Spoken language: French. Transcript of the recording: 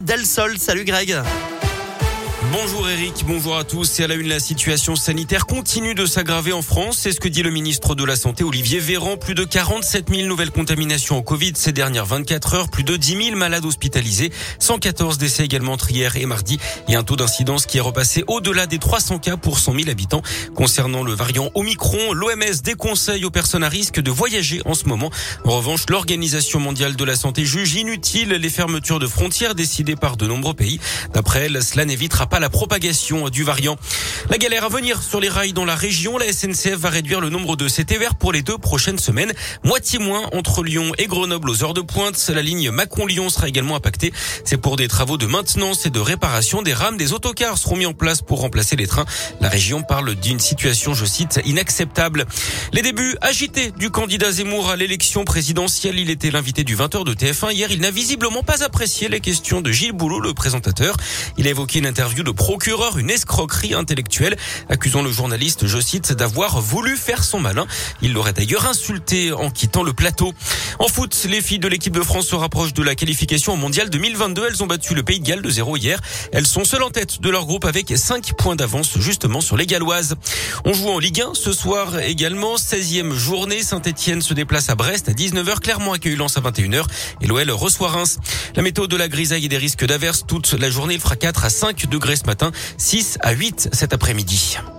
Delsol. Salut Greg. Bonjour Eric, bonjour à tous. C'est à la une, la situation sanitaire continue de s'aggraver en France. C'est ce que dit le ministre de la Santé, Olivier Véran. Plus de 47 000 nouvelles contaminations au Covid ces dernières 24 heures. Plus de 10 000 malades hospitalisés. 114 décès également entre hier et mardi. Et un taux d'incidence qui est repassé au-delà des 300 cas pour 100 000 habitants. Concernant le variant Omicron, l'OMS déconseille aux personnes à risque de voyager en ce moment. En revanche, l'Organisation mondiale de la santé juge inutile les fermetures de frontières décidées par de nombreux pays. D'après elle, cela n'évitera pas la propagation du variant. La galère à venir sur les rails dans la région. La SNCF va réduire le nombre de ces TER pour les 2 prochaines semaines. Moitié moins entre Lyon et Grenoble aux heures de pointe. La ligne Mâcon-Lyon sera également impactée. C'est pour des travaux de maintenance et de réparation. Des rames, des autocars seront mis en place pour remplacer les trains. La région parle d'une situation, je cite, inacceptable. Les débuts agités du candidat Zemmour à l'élection présidentielle. Il était l'invité du 20h de TF1. Hier, il n'a visiblement pas apprécié les questions de Gilles Boulot, le présentateur. Il a évoqué une interview de procureur, une escroquerie intellectuelle, accusant le journaliste, je cite, d'avoir voulu faire son malin. Il l'aurait d'ailleurs insulté en quittant le plateau. En foot, les filles de l'équipe de France se rapprochent de la qualification au mondial 2022. Elles ont battu le Pays de Galles de 0 hier. Elles sont seules en tête de leur groupe avec 5 points d'avance justement sur les Galloises. On joue en Ligue 1 ce soir également. 16e journée. Saint-Etienne se déplace à Brest à 19h. Clermont accueille Lens à 21h. Et l'OL reçoit Reims. La météo de la grisaille et des risques d'averses toute la journée. Il fera 4 à 5 degrés ce matin, 6 à 8 cet après-midi.